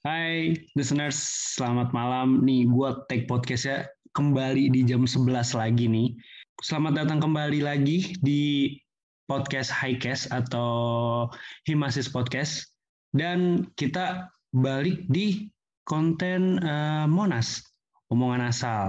Hai listeners, selamat malam. Nih, gue take podcastnya kembali di jam 11 lagi nih. Selamat datang kembali lagi di podcast Highcast atau Himasis Podcast. Dan kita balik di konten Monas, omongan asal.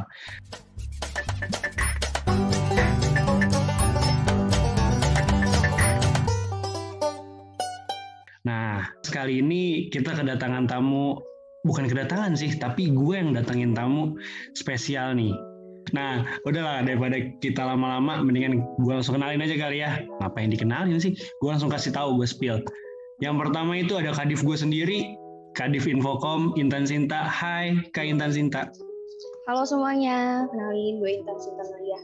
Nah, sekali ini kita kedatangan tamu, bukan kedatangan sih, tapi gue yang datangin tamu spesial nih. Nah, udahlah daripada kita lama-lama, mendingan gue langsung kenalin aja kali ya. Ngapain dikenalin sih? Gue langsung kasih tahu, gue spill. Yang pertama itu ada Kadif gue sendiri, Kadif Infocom, Intan Sinta. Hai, Kak Intan Sinta. Halo semuanya, kenalin gue Intan Sinta Maria.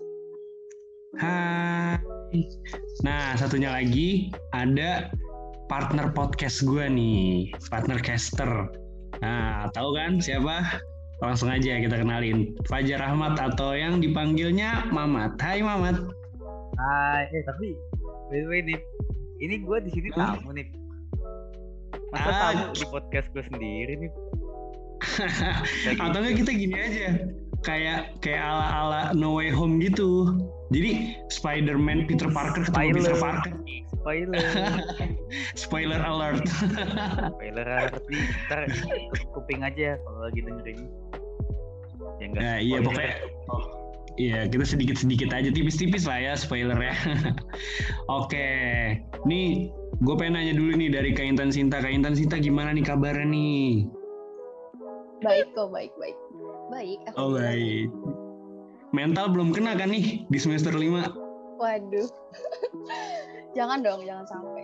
Hai. Nah, satunya lagi ada partner podcast gue nih, partner caster. Nah, tahu kan siapa? Langsung aja kita kenalin. Fajar Ahmad atau yang dipanggilnya Mamat. Hai Mamat. Hai, tapi by the way nih, ini gue di sini tamu nih. Masa tamu di podcast gue sendiri nih? Atau enggak kita gini aja, kayak ala No Way Home gitu. Jadi Spider-Man Peter Parker ketemu Peter Parker. Spoiler alert. Spoiler alert nih, ntar kuping aja kalau lagi dengerin. Ya enggak. Nah, iya pokoknya. Iya, kita sedikit-sedikit aja, tipis-tipis lah ya spoilernya. Oke, nih gue pengen nanya dulu nih dari Kak Intan Sinta. Kak Intan Sinta gimana nih kabarnya nih? Baik kok, baik. Oh baik. Mental belum kena kan nih di semester 5? Waduh. Jangan dong, jangan sampai.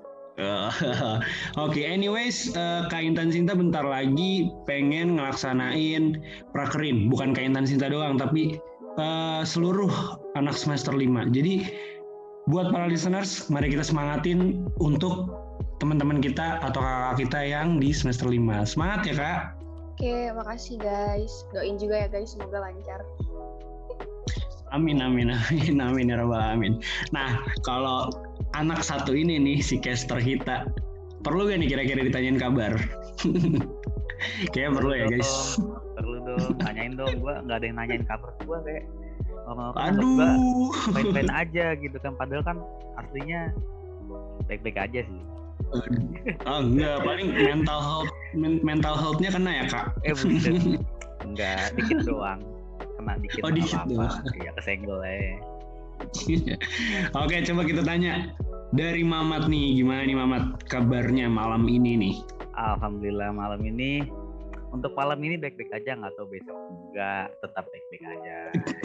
Oke, anyways, Kak Intan Sinta bentar lagi pengen ngelaksanain prakerin. Bukan Kak Intan Sinta doang, tapi seluruh anak semester 5. Jadi, buat para listeners, mari kita semangatin untuk teman-teman kita atau kakak kita yang di semester 5. Semangat ya, Kak! Oke, makasih guys. Doain juga ya guys, semoga lancar. Amin ya rabbal alamin. Nah, kalau anak satu ini nih si caster kita, perlu gak nih kira-kira ditanyain kabar? Kayaknya perlu ya guys. Perlu dong, tanyain dong. Gua nggak ada yang nanyain kabar gua kayak. Aduh. Main-main aja gitu kan. Padahal kan aslinya baik-baik aja sih. Enggak, paling mental health-nya kena ya kak? Bukan. Enggak, dikit doang. Kena dikit. Oh dikit doang. Ya kesenggol aja. Oke, coba kita tanya dari Mamat nih, gimana nih Mamat kabarnya malam ini nih? Alhamdulillah malam ini, untuk malam ini baik-baik aja, nggak tahu besok enggak, tetap baik-baik aja.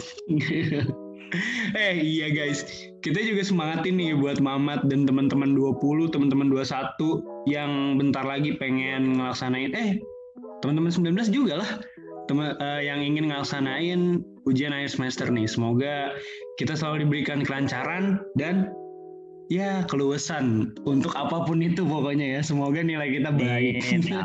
Iya guys, kita juga semangatin nih buat Mamat dan teman-teman 20, teman-teman 21 yang bentar lagi pengen ngelaksanain, teman-teman 19 juga lah. Yang ingin ngelaksanain ujian akhir semester nih. Semoga kita selalu diberikan kelancaran dan ya keluasan untuk apapun itu pokoknya ya. Semoga nilai kita baik.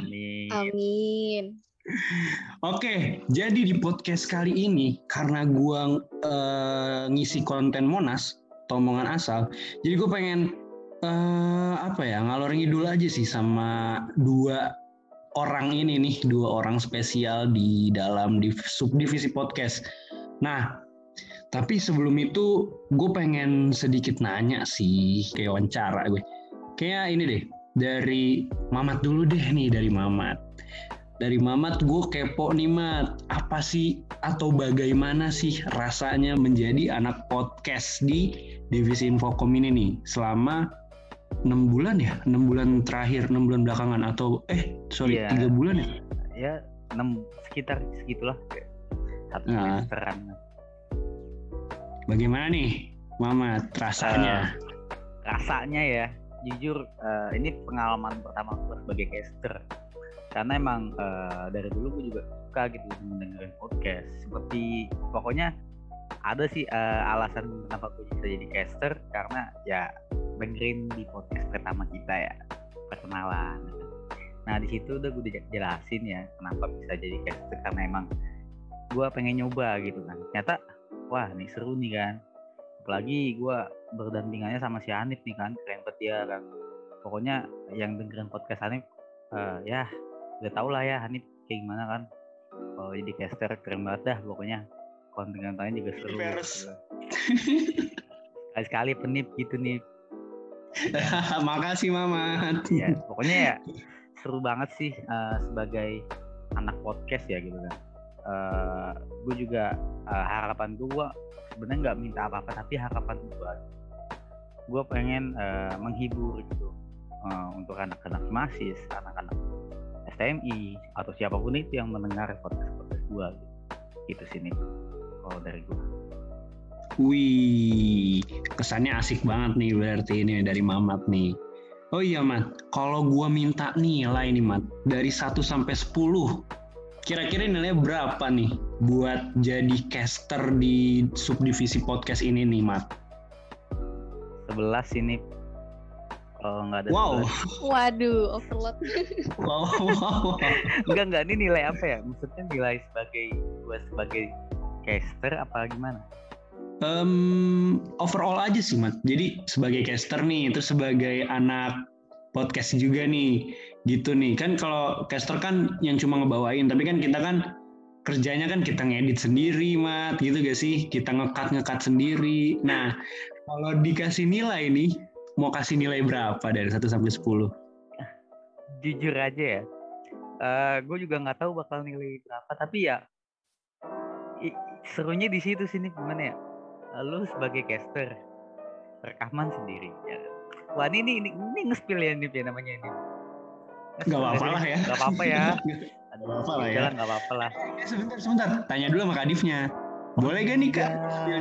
Amin. Oke, jadi di podcast kali ini karena gue ngisi konten Monas, omongan asal, jadi gue pengen ngalor ngidul aja sih sama dua orang spesial di dalam subdivisi podcast. Nah, tapi sebelum itu gue pengen sedikit nanya sih, kayak wawancara gue. Kayak ini deh, dari Mamat dulu deh nih, dari Mamat. Dari Mamat gue kepo nih Mat, apa sih atau bagaimana sih rasanya menjadi anak podcast di divisi Infocom ini nih selama 6 bulan ya? 6 bulan terakhir, 6 bulan belakangan atau 3 bulan ya? Ya, 6 sekitar segitulah. Satu semesteran. Bagaimana nih Mamat rasanya? Rasanya ya, jujur ini pengalaman pertama gue sebagai caster. Karena emang dari dulu gue juga suka gitu mendengarin podcast. Seperti pokoknya ada sih alasan kenapa gue bisa jadi caster, karena ya dengerin di podcast pertama kita ya, perkenalan. Nah di situ udah gue jelasin ya kenapa bisa jadi caster, karena emang gue pengen nyoba gitu kan. Ternyata wah ini seru nih kan, apalagi gue berdampingannya sama si Hanif nih kan, keren banget dia kan. Pokoknya yang dengerin podcast Hanif ya udah tau lah ya Hanif kayak gimana kan. Kalau jadi caster keren banget dah pokoknya. Konten-kontennya juga seru. Gitu. Sekali-sekali penip gitu nih. Makasih Mamat. Ya, pokoknya ya seru banget sih sebagai anak podcast ya gitu kan. Gue juga harapan gue sebenarnya nggak minta apa-apa, tapi harapan gue pengen menghibur gitu untuk anak-anak masis, anak-anak STMI atau siapapun itu yang mendengar podcast gue gitu sini kalau dari gue. Wih, kesannya asik banget nih berarti ini dari Mamat nih. Oh iya Mat, kalau gua minta nilai nih Mat, dari 1 sampai 10, kira-kira nilainya berapa nih buat jadi caster di subdivisi podcast ini nih Mat? 11 ini. Kalau nggak ada. Wow. 11. Waduh, overload. Wow. Enggak, ini nilai apa ya? Maksudnya nilai sebagai caster apa gimana? Overall aja sih Mat. Jadi sebagai caster nih, terus sebagai anak podcast juga nih, gitu nih. Kan kalau caster kan yang cuma ngebawain, tapi kan kita kan kerjanya kan kita ngedit sendiri Mat, gitu gak sih? Kita ngekat sendiri. Nah, kalau dikasih nilai nih, mau kasih nilai berapa dari 1 sampai 10? Jujur aja ya, gue juga nggak tahu bakal nilai berapa, tapi ya serunya di situ sini gimana ya? Lu sebagai caster rekaman sendiri ya. Wah ini nge-spill ya nih namanya ini. Gak apa-apa lah ya. Gak apa-apa ya. Gak apa-apa lah ya. Gak apa-apa lah. Sebentar. Tanya dulu sama Kadifnya. Boleh gak nih Kak? Boleh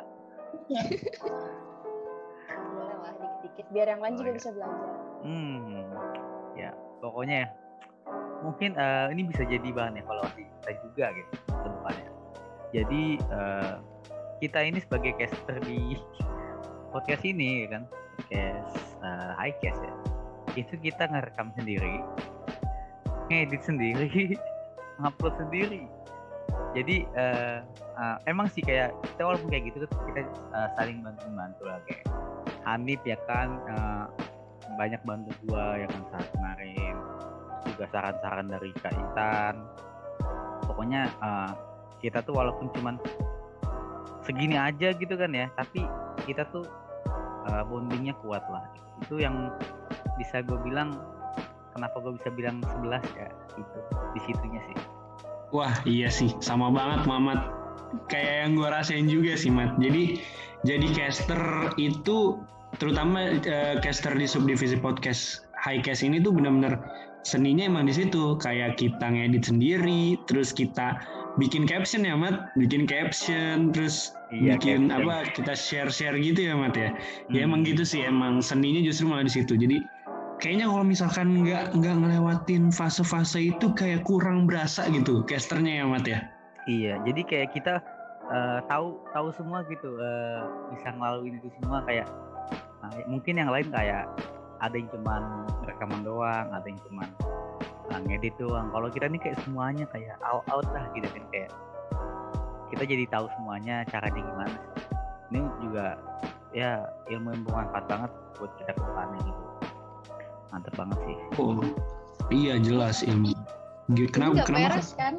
lah dikit-dikit biar yang lain juga bisa belajar. Ya pokoknya ya. Mungkin ini bisa jadi bahan ya kalau kita juga gitu ke depannya. Jadi kita ini sebagai caster di podcast ini kan, podcast Highcast ya, itu kita ngerekam sendiri, ngedit sendiri, ngupload sendiri. Jadi emang sih kayak kita walaupun kayak gitu kita saling bantu lah, kayak Hanif ya kan banyak bantu gua yang saat kemarin, juga saran-saran dari Kak Intan. Pokoknya kita tuh walaupun cuman segini aja gitu kan ya, tapi kita tuh bondingnya kuat lah. Itu yang bisa gue bilang, kenapa gue bisa bilang 11 ya, itu di situnya sih. Wah iya sih, sama banget Mamat. Kayak yang gue rasain juga sih Mat. Jadi caster itu, terutama caster di subdivisi podcast Highcast ini tuh benar-benar seninya emang di situ. Kayak kita ngedit sendiri, terus kita bikin caption ya Mat, terus bikin caption. Kita share gitu ya Mat ya. Ya emang gitu sih, emang seninya justru malah di situ. Jadi kayaknya kalau misalkan nggak ngelewatin fase-fase itu kayak kurang berasa gitu casternya ya Mat ya. Iya, jadi kayak kita tahu semua gitu, bisa ngelaluin itu semua kayak mungkin yang lain kayak ada yang cuman rekaman doang, ada yang cuman ngedit doang. Kalau kita nih kayak semuanya kayak all out lah gitu kan, kayak kita jadi tahu semuanya caranya gimana. Ini juga ya ilmu yang bermanfaat banget buat kita ke depannya gitu. Mantep banget sih. Oh iya jelas ilmu. Kenapa? Peres kan?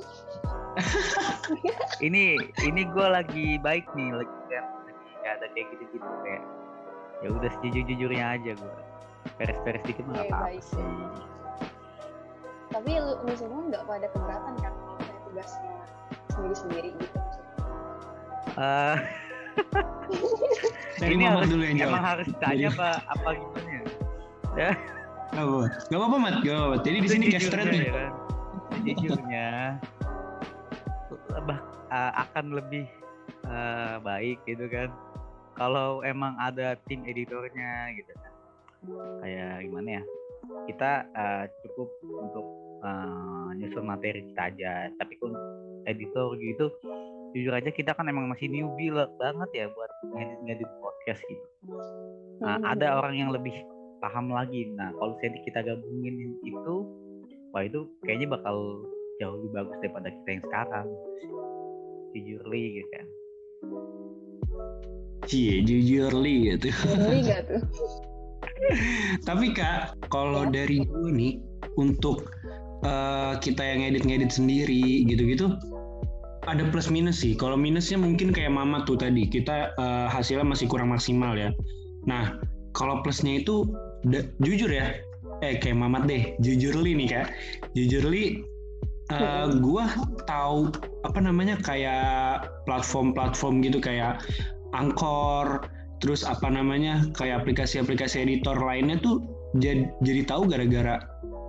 ini gue lagi baik nih, lagi gak ada kayak gitu kayak ya udah sejujurnya aja gue peres dikit mah apa sih. Tapi lu semua nggak pada keberatan kan kalau kayak tugasnya sendiri gitu ini emang harus ditanya apa gimana ya? Gak apa-apa Mat, gak apa-apa. Jadi di sini caster nih. Ya kan? Sejujurnya akan lebih baik gitu kan kalau emang ada tim editornya gitu kan. Kayak gimana ya, kita cukup untuk nyusun materi kita aja, tapi kalau editor gitu jujur aja kita kan emang masih newbie banget ya buat ngedit podcast gitu. Ada orang yang lebih paham lagi. Nah kalau kita gabungin itu, wah itu kayaknya bakal jauh lebih bagus daripada kita yang sekarang. Jujurly gitu kan. Jujurly gitu. Jujurly gak tuh? Tapi Kak, kalau dari gue nih, untuk kita yang ngedit sendiri gitu-gitu, ada plus minus sih. Kalau minusnya mungkin kayak Mamat tuh tadi, kita hasilnya masih kurang maksimal ya. Nah, kalau plusnya itu jujur ya, kayak Mamat deh, jujurly nih Kak. Jujurly gua tahu kayak platform-platform gitu kayak Anchor, terus kayak aplikasi-aplikasi editor lainnya tuh jadi tahu gara-gara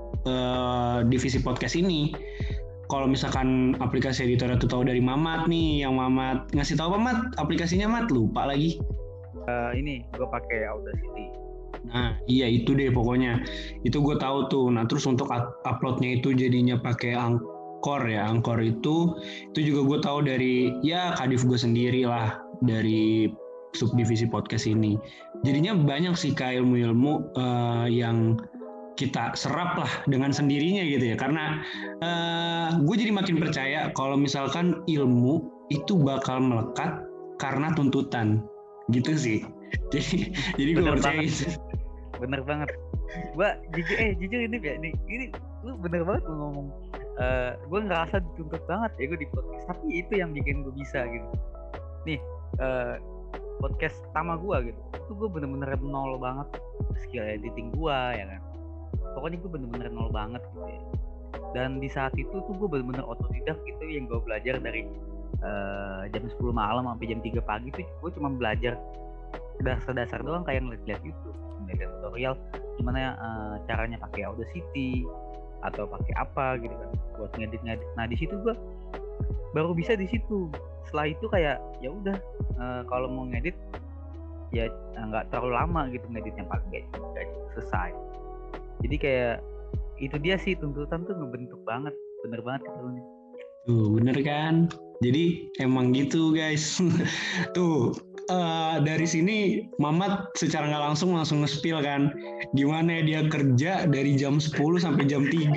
divisi podcast ini. Kalau misalkan aplikasi editor itu tahu dari Mamat nih, yang Mamat ngasih tahu apa Mat? Aplikasinya Mat, lupa lagi. Ini gue pakai Audacity. Nah iya itu deh pokoknya, itu gue tahu tuh. Nah terus untuk uploadnya itu jadinya pakai Anchor ya. Anchor itu juga gue tahu dari ya kadif gue sendiri lah, dari subdivisi podcast ini. Jadinya banyak sih kayak ilmu-ilmu yang kita serap lah dengan sendirinya gitu ya, karena gue jadi makin percaya kalau misalkan ilmu itu bakal melekat karena tuntutan gitu sih. Jadi gue percaya gitu. Bener banget. Gue jujur ini lu bener banget lu ngomong. Gue ngerasa dituntut banget ya gue di podcast, tapi itu yang bikin gue bisa gitu. Nih podcast pertama gue gitu, itu gue bener-bener nol banget skill editing gue ya kan. Pokoknya gue bener-bener nol banget gitu ya. Dan di saat itu tuh gue bener-bener otodidak gitu, yang gue belajar dari jam 10 malam sampai jam 3 pagi tuh gue cuma belajar dasar-dasar doang, kayak ngeliat YouTube, ngeliat tutorial gimana caranya pakai Audacity atau pakai apa gitu kan buat ngedit. Nah di situ gue baru bisa di situ. Setelah itu kayak ya udah kalau mau ngedit ya nggak terlalu lama gitu ngeditnya, pakai selesai. Jadi kayak itu dia sih, tuntutan tuh ngebentuk banget. Bener banget kata lu nih. Tuh bener kan. Jadi emang gitu guys. Tuh dari sini Mamat secara nggak langsung nge-spill kan gimana dia kerja dari jam 10 sampai jam 3.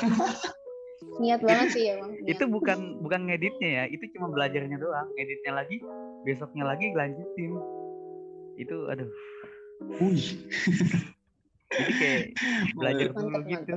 Niat banget sih emang. Itu bukan ngeditnya ya, itu cuma belajarnya doang. Ngeditnya lagi, besoknya lagi lanjutin. Itu aduh. Jadi kayak belajar dulu gitu.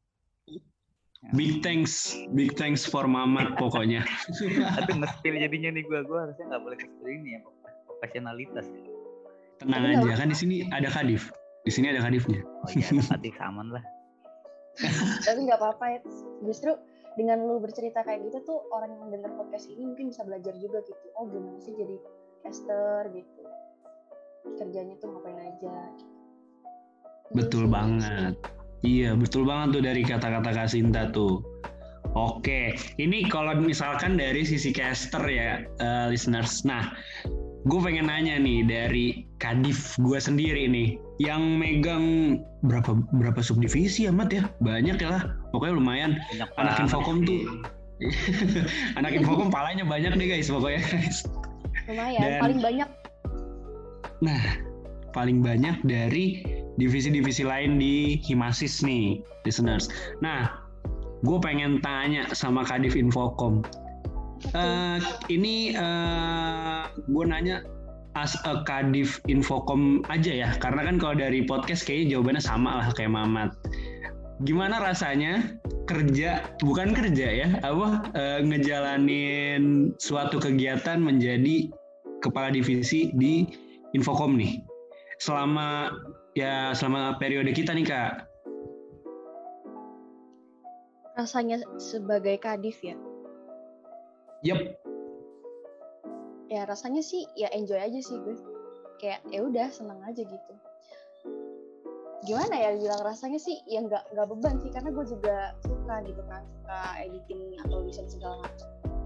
Big thanks for Mamat pokoknya. Aduh nge-spill jadinya nih gue harusnya nggak boleh nge-spill ini ya, profesionalitas. Tenang aja kan di sini ada kadif. Di sini ada kadifnya. Oh iya, ada kadif, aman lah. Tapi nggak apa-apa ya. Justru dengan lu bercerita kayak gitu tuh orang yang dengar podcast ini mungkin bisa belajar juga gitu. Oh gimana sih jadi caster gitu. Kerjanya tuh ngapain aja. Gitu. Betul banget. Iya, betul banget tuh dari kata-kata Kak Sinta tuh. Oke, ini kalau misalkan dari sisi caster ya, listeners. Nah, gue pengen nanya nih dari kadif gue sendiri nih, yang megang berapa subdivisi ya Mat ya? Banyak ya lah, pokoknya lumayan. Anak Infocom tuh, anak Infocom palanya banyak deh guys, pokoknya guys. Lumayan, paling banyak. Nah, paling banyak dari divisi-divisi lain di Himasis nih, listeners. Nah, gue pengen tanya sama Kadif Infocom. Ini gue nanya as a Kadif Infocom aja ya, karena kan kalau dari podcast kayaknya jawabannya sama lah kayak Mamat. Gimana rasanya ngejalanin suatu kegiatan menjadi kepala divisi di Infocom nih? Selama periode kita nih Kak. Rasanya sebagai kadif ya? Yep. Ya rasanya sih ya enjoy aja sih gue. Kayak ya udah seneng aja gitu. Gimana ya bilang rasanya sih ya nggak beban sih, karena gue juga suka gitu kan, suka editing atau desain segala macam.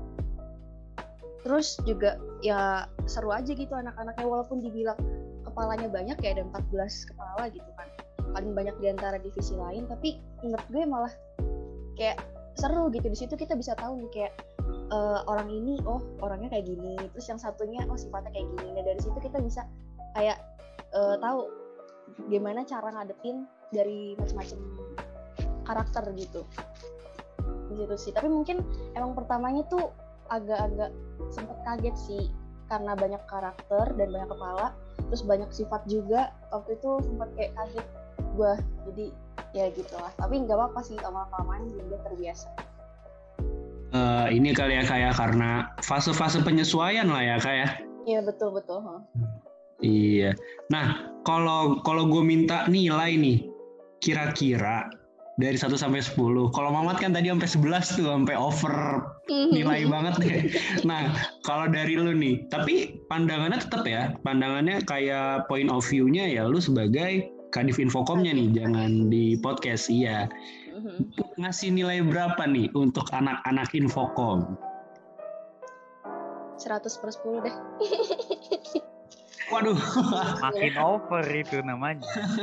Terus juga ya seru aja gitu anak-anaknya, walaupun dibilang kepalanya banyak ya, ada 14 kepala gitu kan, paling banyak di antara divisi lain, tapi menurut gue malah kayak seru gitu. Di situ kita bisa tahu kayak orang ini orangnya kayak gini, terus yang satunya sifatnya kayak gini. Nah dari situ kita bisa kayak tahu gimana cara ngadepin dari macam-macam karakter gitu. Di situ sih. Tapi mungkin emang pertamanya tuh agak-agak sempet kaget sih, karena banyak karakter dan banyak kepala, terus banyak sifat juga. Waktu itu sempat kayak kaget gue. Jadi ya gitulah, tapi nggak apa-apa sih, lama-kelamaan juga terbiasa. Ini kali ya kayak karena fase-fase penyesuaian lah ya kayak. Iya betul. Iya. Nah, kalau gue minta nilai nih, kira-kira dari 1 sampai 10. Kalau Mamat kan tadi sampai 11 tuh, sampai over nilai banget deh. Nah, kalau dari lu nih, tapi pandangannya tetap ya, pandangannya kayak point of view-nya ya lu sebagai Kadif Infokomnya nih, jangan di podcast. Iya. Ngasih nilai berapa nih untuk anak-anak Infokom? 100/10 deh. Waduh. Makin over itu namanya.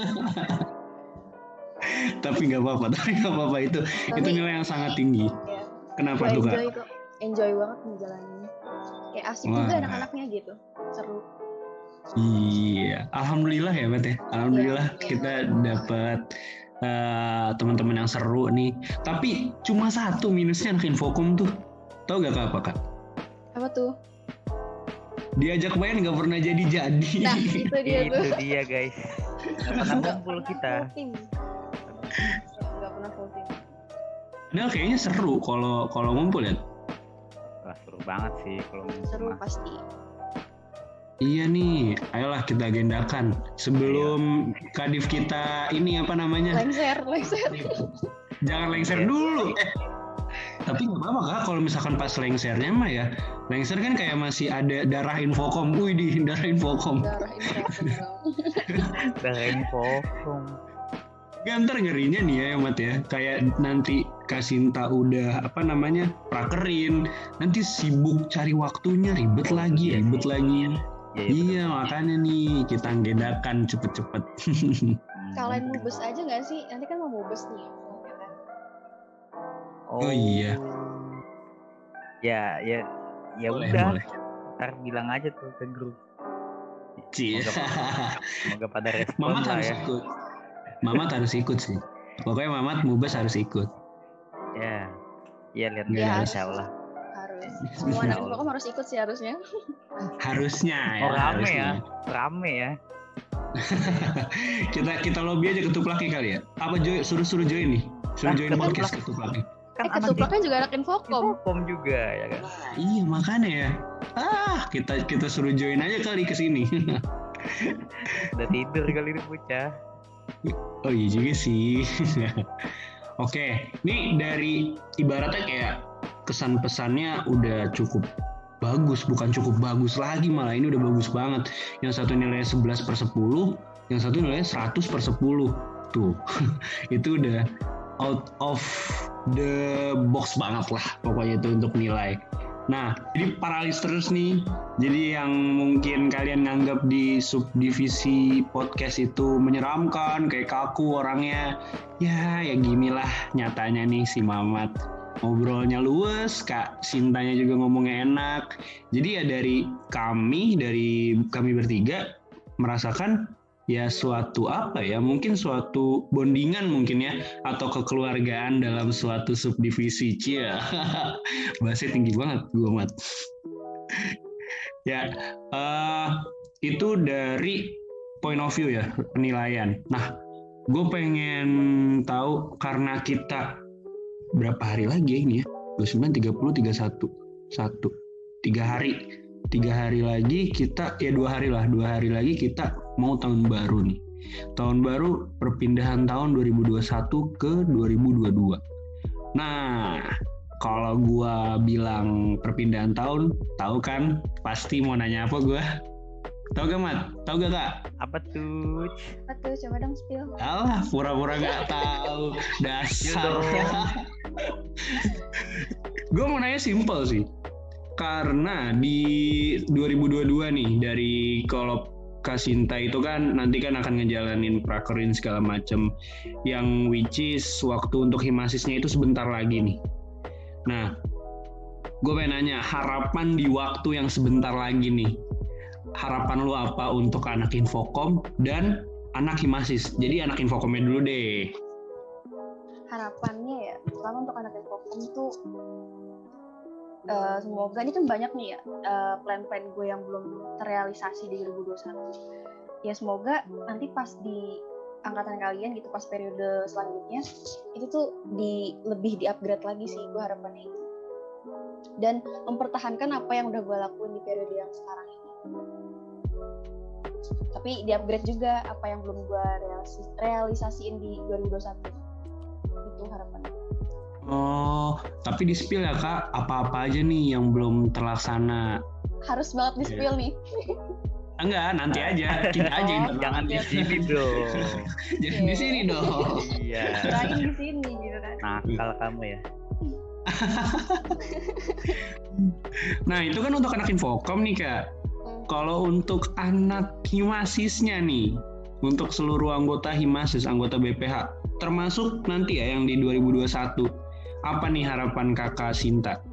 Tapi nggak apa-apa itu nilai yang sangat tinggi. Ya, Kenapa tuh Kak? Enjoy banget menjalaninya. Kayak asik juga anak-anaknya gitu, seru. Iya, alhamdulillah ya Mat ya. Alhamdulillah kita dapat teman-teman yang seru nih. Tapi cuma satu minusnya anak Infokom tuh. Tahu gak apa Kak? Apa tuh? Diajak main nggak pernah jadi. Nah itu dia tuh. Itu dia guys. Nggak pernah ngumpul kita. Nggak pernah full team. Nah kayaknya seru kalau ngumpul ya. Wah, seru banget sih kalau ngumpul. Seru pasti. Iya nih, ayolah kita agendakan sebelum Kadif kita ini apa namanya? Lengser. Jangan lengser dulu. Tapi nggak apa-apa Kak, kalau misalkan pas lengsernya mah ya, lengser kan kayak masih ada darah Infokom. Wih di darah Infokom. Darah Infokom. Gantar ngerinya nih ya Mat ya, kayak nanti Kasinta udah apa namanya prakerin, nanti sibuk cari waktunya ribet lagi. Iya makanya nih kita agendakan cepet-cepet. Kalian mubes aja nggak sih? Nanti kan mau mubes nih. Oh iya. Ya Boleh. udah. Ntar bilang aja tuh ke grup. Semoga pada respon Mamat lah harus ya. ikut. Mamat harus ikut sih. Pokoknya Mamat mubes harus ikut. Ya lihat Ya, insya Allah. Harus. Semua anak Infokom harus ikut sih harusnya. Harusnya ya. Oh rame ya. kita lobby aja Ketuplaki kali ya. Apa suruh join nih. Suruh join podcast Ketuplaki. Ketuplaknya juga anak Infokom. Infokom juga ya kan. Iya makanya ya. Kita suruh join aja kali ke sini. Udah tidur kali ini bocah. Oh iya juga sih. Oke, ini dari ibaratnya kayak kesan pesannya udah cukup bagus, bukan cukup bagus lagi malah ini udah bagus banget. Yang satu nilainya 11/10, yang satu nilainya 100/10. Tuh, itu udah out of the box banget lah pokoknya itu untuk nilai. Nah, jadi para listeners nih, jadi yang mungkin kalian nganggap di subdivisi podcast itu menyeramkan, kayak kaku orangnya, ya ginilah nyatanya nih si Mamat. Ngobrolnya luwes, Kak Sintanya juga ngomongnya enak. Jadi ya dari kami bertiga merasakan ya suatu mungkin suatu bondingan mungkin ya, atau kekeluargaan dalam suatu subdivisi. Cia. Bahasanya tinggi banget gue Mat. Ya, itu dari point of view ya, penilaian. Nah, gue pengen tahu karena kita berapa hari lagi ya ini ya? 29, 30, 31. 3 hari. 3 hari lagi kita, 2 hari lagi kita mau tahun baru nih. Tahun baru perpindahan tahun 2021 ke 2022. Nah, kalau gua bilang perpindahan tahun, tahu kan? Pasti mau nanya apa gua? Tahu gak Mat? Tahu gak Kak? Apa tuh? Coba dong spill. Alah, pura-pura gak tahu. Dasar. Gue mau nanya simple sih. Karena di 2022 nih, dari kalau Kasinta itu kan nanti kan akan ngejalanin prakerin segala macem, yang which is waktu untuk himasisnya itu sebentar lagi nih. Nah, gue pengen nanya, harapan di waktu yang sebentar lagi nih, harapan lu apa untuk anak Infokom dan anak himasis? Jadi anak Infokomnya dulu deh. Harapannya ya, pertama untuk anak Infokom tuh semoga ini kan banyak nih ya plan-plan gue yang belum terrealisasi di 2021. Ya semoga nanti pas di angkatan kalian gitu pas periode selanjutnya itu tuh lebih di upgrade lagi sih gue harapannya itu, dan mempertahankan apa yang udah gue lakuin di periode yang sekarang ini, tapi di upgrade juga apa yang belum gue realisasiin di 2021 itu harapannya. Oh, tapi di spill ya Kak, apa-apa aja nih yang belum terlaksana? Harus banget di spill nih. Enggak, nanti aja, kita aja internal. Jangan di sini dong. Jangan di sini dong. Iya. Kirain di sini gitu kan. Nakal kamu ya. Nah, itu kan untuk anak Infokom nih Kak. Kalau untuk anak Himasisnya nih, untuk seluruh anggota Himasis, anggota BPH, termasuk nanti ya yang di 2021, apa nih harapan Kakak Sinta?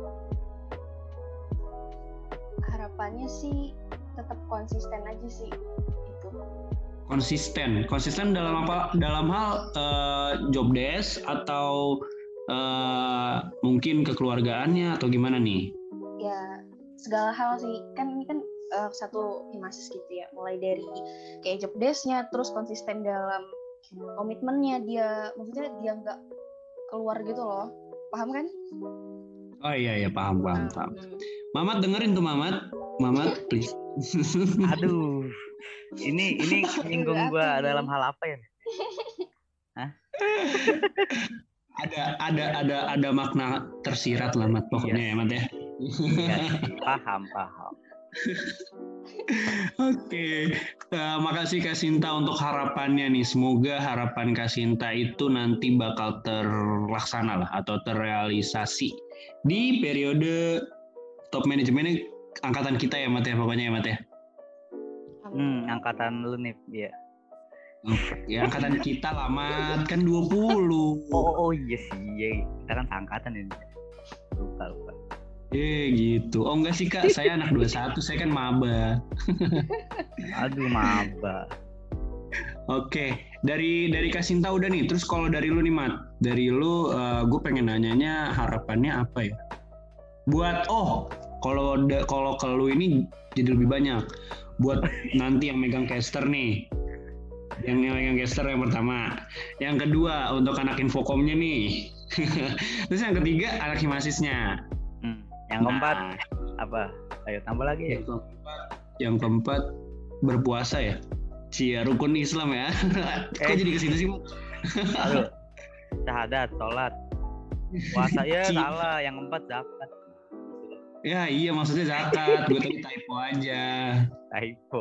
Harapannya sih tetap konsisten aja sih itu. Konsisten dalam apa? Dalam hal job desk atau mungkin kekeluargaannya atau gimana nih? Ya segala hal sih, kan ini kan satu Himasis gitu ya, mulai dari kayak job desk-nya, terus konsisten dalam komitmennya dia, maksudnya dia nggak keluar gitu loh, paham kan? Oh iya paham. Mamat dengerin tuh Mamat please. Aduh, ini nyinggung gua dalam hal apa ya? Hah? ada makna tersirat lah Mat pokoknya ya Mat ya. Iya, paham. Oke, makasih Kak Sinta untuk harapannya nih. Semoga harapan Kak Sinta itu nanti bakal terlaksana lah atau terrealisasi di periode top manajemen angkatan kita ya Mat ya, pokoknya ya Mat ya. Angkatan lu nih, ya. Ya angkatan kita lah Mat, kan 20. Oh iya sih, iya. Kita kan angkatan ini. Lupa. Gitu. Oh enggak sih Kak, saya anak 21, saya kan maba. Aduh, maba. Oke, dari Kak Sinta udah nih. Terus kalau dari lu nih Mat, dari lu gue pengen nanyanya harapannya apa ya? Buat kalau ke lu ini jadi lebih banyak. Buat nanti yang megang caster nih. Yang megang caster yang pertama. Yang kedua untuk anak Infokomnya nih. Terus yang ketiga anak Himasisnya. Yang keempat apa? Ayo tambah lagi ya. Yang keempat berpuasa ya. Cia rukun Islam ya. Kok jadi ke situ sih, Mat? Aduh. Syahadat, sholat. Puasa ya salah, yang keempat zakat. Ya iya maksudnya zakat. Gue tadi typo aja. Typo.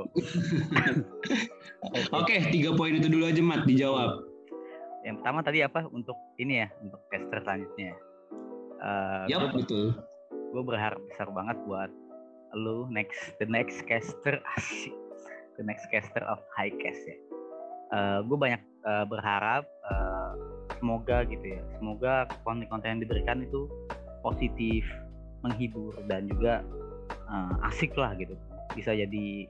Oke, 3 poin itu dulu aja Mat, dijawab. Yang pertama tadi apa? Untuk ini ya, untuk caster selanjutnya. Yap, betul. Gue berharap besar banget buat lu the next caster asik, the next caster of Highcast ya. Gue banyak berharap semoga gitu ya, semoga konten-konten yang diberikan itu positif, menghibur dan juga asik lah gitu, bisa jadi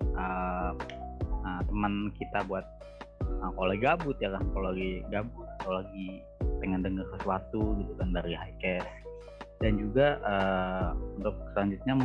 teman kita buat kalau lagi gabut ya kan, kalau lagi gabut atau lagi pengen denger sesuatu gitu kan dari Highcast. Dan juga untuk selanjutnya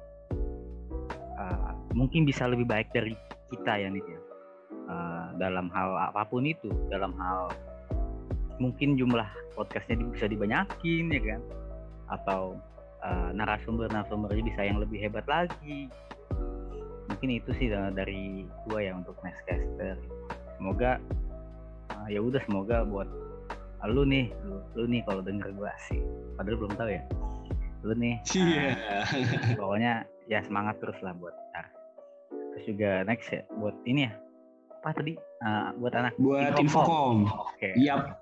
mungkin bisa lebih baik dari kita ya nih ya, dalam hal apapun itu, dalam hal mungkin jumlah podcastnya bisa dibanyakin ya kan, atau narasumbernya bisa yang lebih hebat lagi. Mungkin itu sih dari gua ya untuk Nextcaster. Semoga semoga buat lu nih kalau denger gua sih, padahal belum tahu ya lu nih. Pokoknya ya semangat terus lah buat terus juga next ya buat ini ya apa tadi buat anak Infokom. Oke. Yap.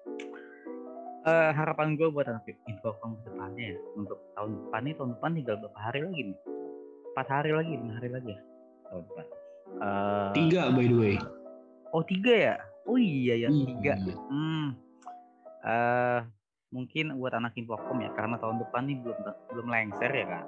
Harapan gue buat anak Infokom ke depannya ya, untuk tahun depan tinggal berapa hari lagi nih? 5 hari lagi ya tahun depan. 3 by the way. Oh 3 ya? Oh iya ya 3. Mungkin buat anak Infokom ya, karena tahun depan nih belum lengser ya kan.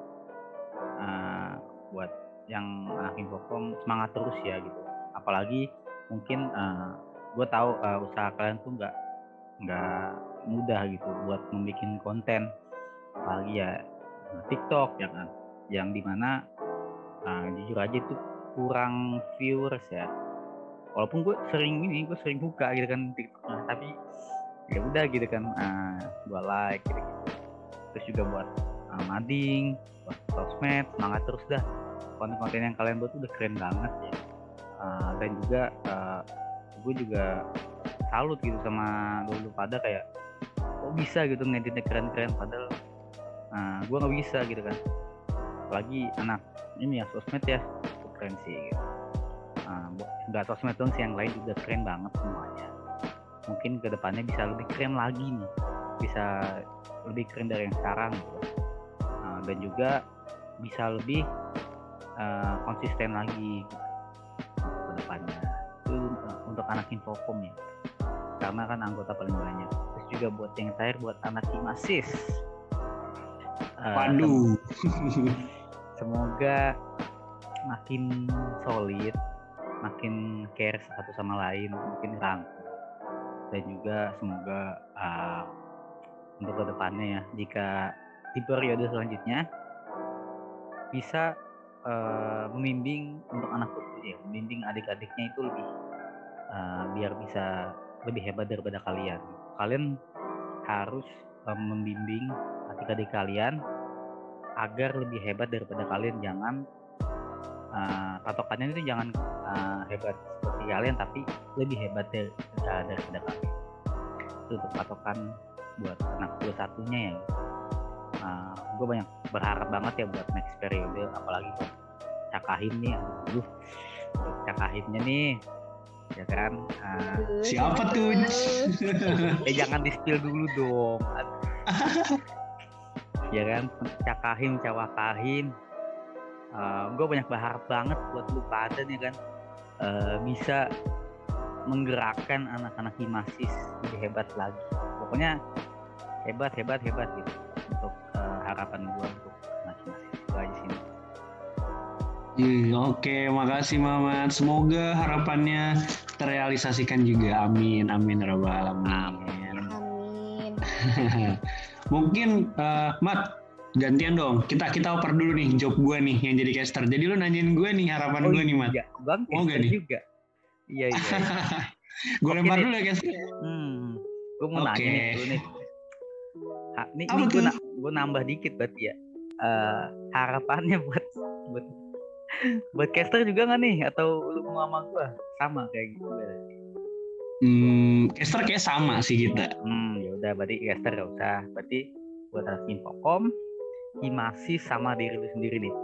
Buat yang anak Infokom semangat terus ya gitu. Apalagi mungkin gue tahu usaha kalian tuh nggak mudah gitu buat membuat konten, apalagi ya TikTok ya kan, yang dimana jujur aja itu kurang viewers ya, walaupun gue sering buka gitu kan TikToknya, tapi ya udah gitu kan, gue like gitu. Terus juga buat mading, buat sosmed, semangat terus dah. Konten-konten yang kalian buat udah keren banget ya. Dan juga gue juga salut gitu sama lu pada, kayak kok bisa gitu ngeditnya keren-keren, padahal gue nggak bisa gitu kan. Apalagi anak ini ya sosmed ya, keren sih gitu. Nggak sosmed dong sih, yang lain juga keren banget semuanya. Mungkin kedepannya bisa lebih keren lagi nih, bisa lebih keren dari yang sekarang gitu. Dan juga bisa lebih konsisten lagi gitu ke depannya. Itu untuk anak Infocom ya, karena kan anggota paling banyak. Terus juga buat yang terakhir, buat anak Himasis, Waduh. Semoga makin solid, makin care satu sama lain, makin rangkul. Dan juga semoga untuk kedepannya ya, jika di periode selanjutnya bisa membimbing untuk anak ya, membimbing adik-adiknya itu lebih biar bisa lebih hebat daripada kalian. Kalian harus membimbing adik-adik kalian agar lebih hebat daripada kalian. Jangan patokannya itu jangan hebat seperti kalian, tapi lebih hebat daripada kalian. Itu untuk patokan buat anak 21-nya ya. Gue banyak berharap banget ya buat next periode, apalagi buat Cakahim nih. Aduh, Cakahimnya nih ya kan. Siapa tuh? Jangan di-spill dulu dong. Ya kan, Cakahim, Cawakahim. Gue banyak berharap banget buat lu pada nih kan, bisa menggerakkan anak-anak Himasis lebih hebat lagi. Pokoknya hebat gitu untuk harapan gue untuk anak Himasis. Itu aja sih. Oke, makasih Mamat. Semoga harapannya terrealisasikan juga. Amin, amin rabbal alamin. Amin. Mungkin Mat, gantian dong. Kita oper dulu nih job gue nih yang jadi caster. Jadi lu nanyain gue nih harapan gue nih, Mat. Iya, Bang, mau gak nih? Juga. Iya. Gue lempar dulu ya, caster. Gue mau nanya nih dulu nih. Nih gue nambah dikit berarti ya. Harapannya buat caster juga nggak nih, atau lu mau sama gue sama kayak gitu? Caster kayak sama sih kita. Ya udah, berarti caster nggak usah. Berarti buat anak Infocom, Himasis sama diri lu sendiri nih.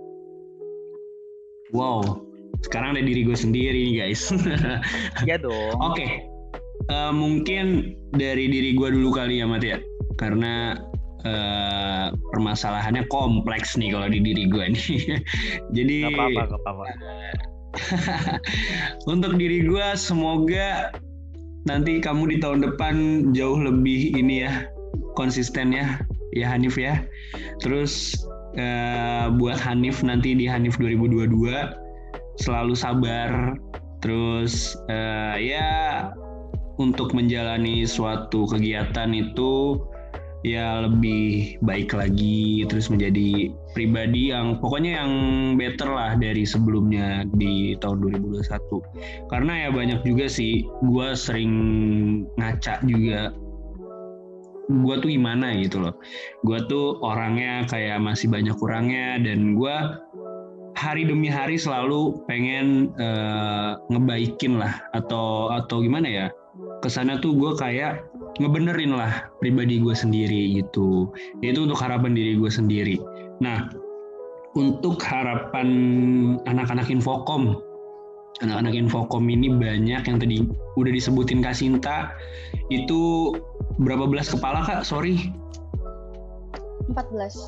Wow, sekarang ada diri gue sendiri nih guys. Iya dong. Oke. Mungkin dari diri gue dulu kali ya Mat ya, karena permasalahannya kompleks nih kalau di diri gue nih. Jadi gak apa-apa. Untuk diri gue, semoga nanti kamu di tahun depan jauh lebih ini ya, konsisten ya Hanif ya. Terus buat Hanif nanti di Hanif 2022 selalu sabar. Terus ya untuk menjalani suatu kegiatan itu ya lebih baik lagi, terus menjadi pribadi yang pokoknya yang better lah dari sebelumnya di tahun 2021. Karena ya banyak juga sih gue sering ngaca juga, gue tuh gimana gitu loh. Gue tuh orangnya kayak masih banyak kurangnya, dan gue hari demi hari selalu pengen ngebaikin lah atau gimana ya, kesana tuh gue kayak ngebenerin lah pribadi gue sendiri gitu. Itu untuk harapan diri gue sendiri. Nah, untuk harapan anak-anak Infocom ini banyak yang tadi udah disebutin Kak Sinta. Itu berapa belas kepala Kak? Sorry. 14.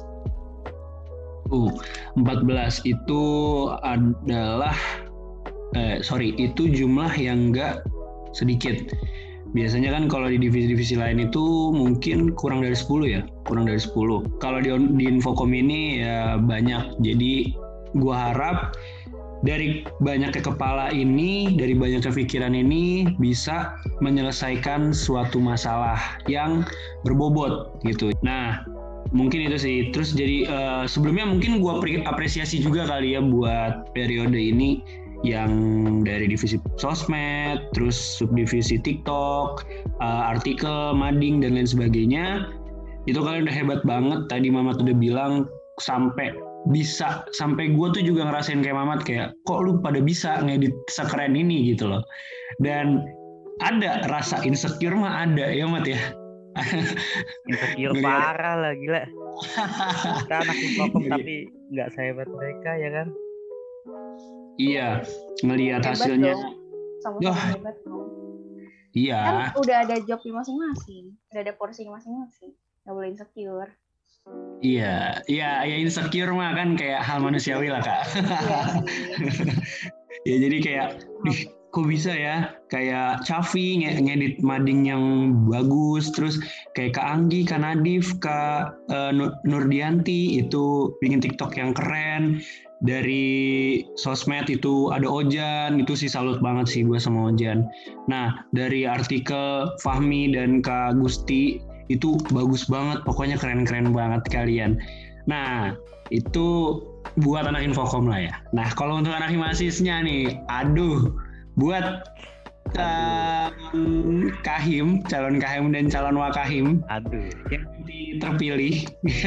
14 itu adalah itu jumlah yang enggak sedikit. Biasanya kan kalau di divisi-divisi lain itu mungkin kurang dari 10 ya, Kalau di Infocom ini ya banyak. Jadi gua harap dari banyaknya kepala ini, dari banyaknya pikiran ini bisa menyelesaikan suatu masalah yang berbobot gitu. Nah, mungkin itu sih. Terus jadi sebelumnya mungkin gua apresiasi juga kali ya buat periode ini yang dari divisi sosmed, terus subdivisi TikTok, artikel, mading dan lain sebagainya. Itu kalian udah hebat banget. Tadi Mamat udah bilang sampai gue tuh juga ngerasain kayak Mamat, kayak kok lu pada bisa ngedit sekeren ini gitu loh. Dan ada rasa insecure mah ada ya Mat ya. Insecure parah lah, gila. Kita anak Infocom tapi nggak sehebat mereka ya kan. Iya, ngelihat Hebat hasilnya. dong. Sama-sama hebat dong. Iya. Kan udah ada job masing-masing, udah ada porsi masing-masing, nggak boleh insecure. Iya, insecure mah kan kayak hal manusiawi lah Kak. Iya sih. Ya jadi kayak, kok bisa ya, kayak Cafi ngedit mading yang bagus, terus kayak Kak Anggi, Kak Nadif, Kak Nurdianti itu bikin TikTok yang keren. Dari sosmed itu ada Ojan, itu sih salut banget sih gue sama Ojan. Nah dari artikel Fahmi dan Kak Gusti itu bagus banget, pokoknya keren-keren banget kalian. Nah itu buat anak Infocom lah ya. Nah kalau untuk anak Himasisnya nih, aduh, buat Kahim, calon Kahim dan calon Wakahim, aduh, yang terpilih.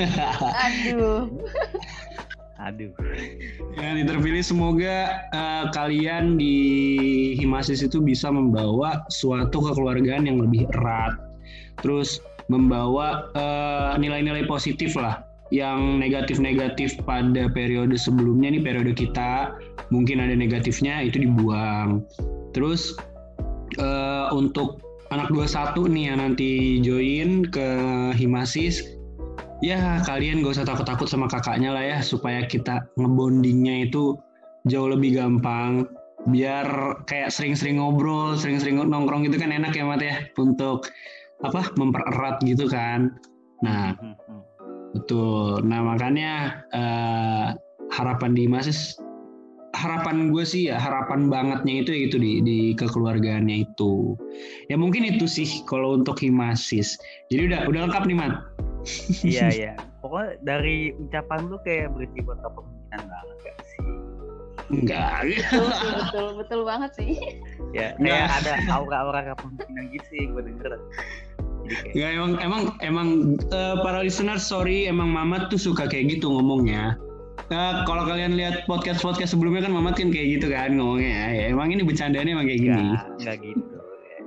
Aduh. Yang terpilih, semoga kalian di Himasis itu bisa membawa suatu kekeluargaan yang lebih erat, terus membawa nilai-nilai positif lah. Yang negatif-negatif pada periode sebelumnya nih, periode kita mungkin ada negatifnya, itu dibuang. Terus untuk anak 21 nih yang nanti join ke Himasis, ya kalian gak usah takut-takut sama kakaknya lah ya, supaya kita ngebondingnya itu jauh lebih gampang. Biar kayak sering-sering ngobrol, sering-sering nongkrong gitu kan enak ya Mat ya, untuk mempererat gitu kan. Nah betul. Nah makanya harapan di Himasis, harapan gue sih ya, harapan bangetnya itu ya itu di kekeluargaannya itu. Ya mungkin itu sih kalau untuk Himasis. Jadi udah lengkap nih Mat. Iya. Pokoknya dari ucapan lu kayak berarti buat kepemimpinan banget gak sih? Enggak. Betul banget sih. Ya kayak ada aura-aura kepemimpinan gitu sih gue denger. Ya emang para listener, sorry, emang Mamat tuh suka kayak gitu ngomongnya. Kalau kalian lihat podcast sebelumnya kan Mamat kan kayak gitu kan ngomongnya. Ya emang ini bercandanya emang kayak gini. Enggak gitu. Ya.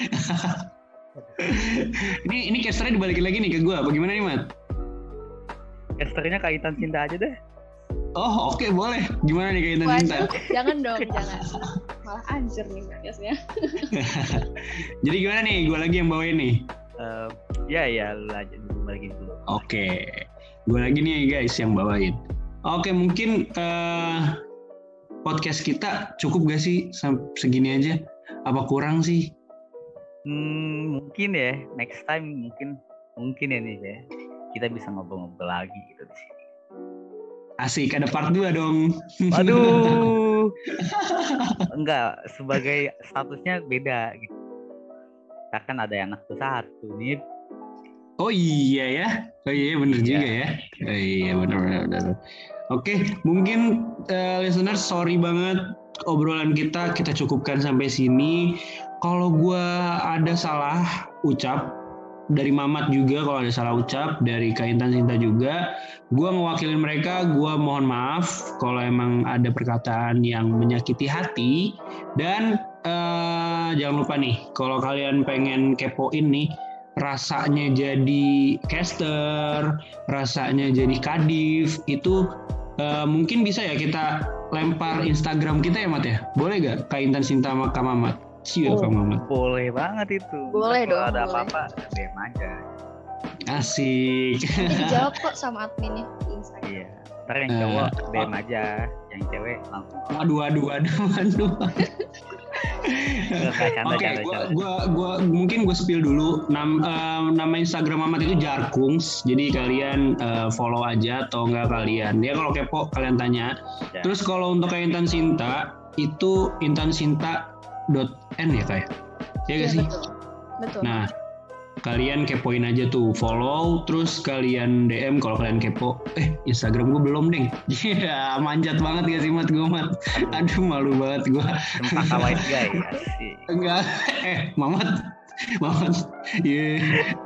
ini casternya dibalikin lagi nih ke gue. Bagaimana nih Mat? Casternya kaitan cinta aja deh. Oh oke, boleh. Gimana nih kaitan cinta? Jangan dong, jangan. Malah anjir nih podcastnya. Jadi gimana nih? Gue lagi yang bawain nih. Ya lu aja dulu lagi dulu. Oke. Gue lagi nih guys yang bawain. Oke, mungkin podcast kita cukup gak sih segini aja? Apa kurang sih? Mungkin ya, next time mungkin ya nih ya. Kita bisa ngobrol-ngobrol lagi gitu di sini. Asik, ada part 2 dong. Waduh. Enggak, sebagai statusnya beda gitu. Kita kan ada anak satu nih. Oh iya ya. Oh iya benar juga ya. Oh iya benar. Oke, mungkin listener sorry banget obrolan kita cukupkan sampai sini. Kalau gue ada salah ucap, dari Mamat juga kalau ada salah ucap, dari Kak Intan Sinta juga, gue ngewakilin mereka, gue mohon maaf kalau emang ada perkataan yang menyakiti hati. Dan jangan lupa nih, kalau kalian pengen kepoin nih rasanya jadi caster, rasanya jadi kadif, itu mungkin bisa ya kita lempar Instagram kita ya Mat ya? Boleh gak Kak Intan Sinta sama Kak Mamat? Kak Mamat. Boleh banget itu. Boleh dong. Kalau ada boleh. apa-apa, DM aja. Asik. Dijawab kok sama adminnya di Instagram. Iya. Ntar yang cowok DM aja, yang cewek langsung. Waduh. Oke, gua mungkin gue spill dulu. Nama Instagram Mamat itu Jarkungs. Jadi kalian follow aja atau enggak kalian. Dia kalau kepo kalian tanya. Ya. Terus kalau untuk kayak Intan Sinta itu intansinta.n ya kayak. Ya enggak sih? Betul. Nah, kalian kepoin aja tuh, follow, terus kalian DM kalau kalian kepo. Instagram gue belum deng. Iya, manjat banget gak sih Mat gue Mat. Aduh malu banget gue. Tempat white guy sih. Enggak, Mamat. Iya.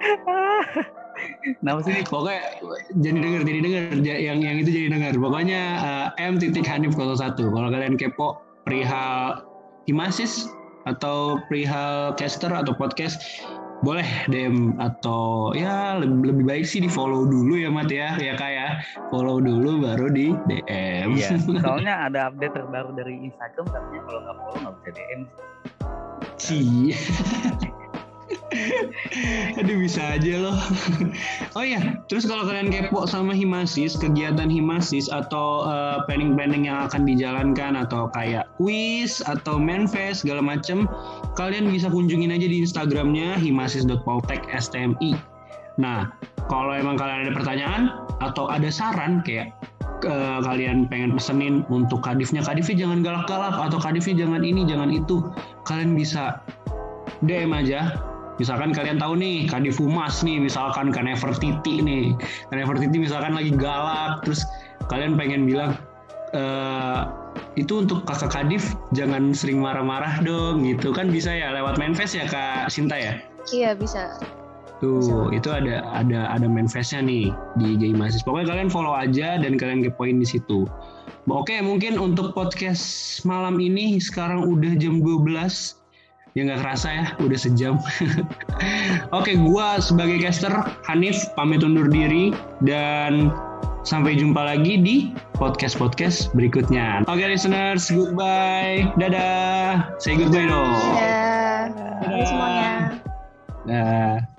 Nama sih Pokoknya jadi denger yang itu jadi denger. Pokoknya m.hanif01. Kalau kalian kepo perihal Himasis atau perihal caster atau podcast, boleh DM atau ya lebih baik sih di follow dulu ya Mat ya kayak follow dulu baru di DM. Iya, soalnya ada update terbaru dari Instagram katanya kalau nggak follow nggak bisa DM sih. Aduh bisa aja loh. Oh ya, terus kalau kalian kepo sama Himasis, kegiatan Himasis atau planning-planning yang akan dijalankan atau kayak quiz atau manifest segala macem, kalian bisa kunjungin aja di Instagramnya himasis.poltek.stmi. Nah, kalau emang kalian ada pertanyaan atau ada saran kayak kalian pengen pesenin untuk kadifnya jangan galak-galak atau kadifnya jangan ini jangan itu, kalian bisa DM aja. Misalkan kalian tahu nih Kadif Humas nih, misalkan kan Nefertiti nih, misalkan lagi galak, terus kalian pengen bilang itu untuk kakak Kadif jangan sering marah-marah dong gitu kan, bisa ya lewat manifest ya Kak Sinta ya? Iya bisa. Tuh itu ada manifestnya nih di IG Himasis. Pokoknya kalian follow aja dan kalian kepoin di situ. Oke, mungkin untuk podcast malam ini sekarang udah jam 12. Ya nggak kerasa ya, udah sejam. Oke, gua sebagai caster Hanif pamit undur diri dan sampai jumpa lagi di podcast berikutnya. Oke, listeners, goodbye, dadah, say goodbye dong. Dadah semuanya. Dah.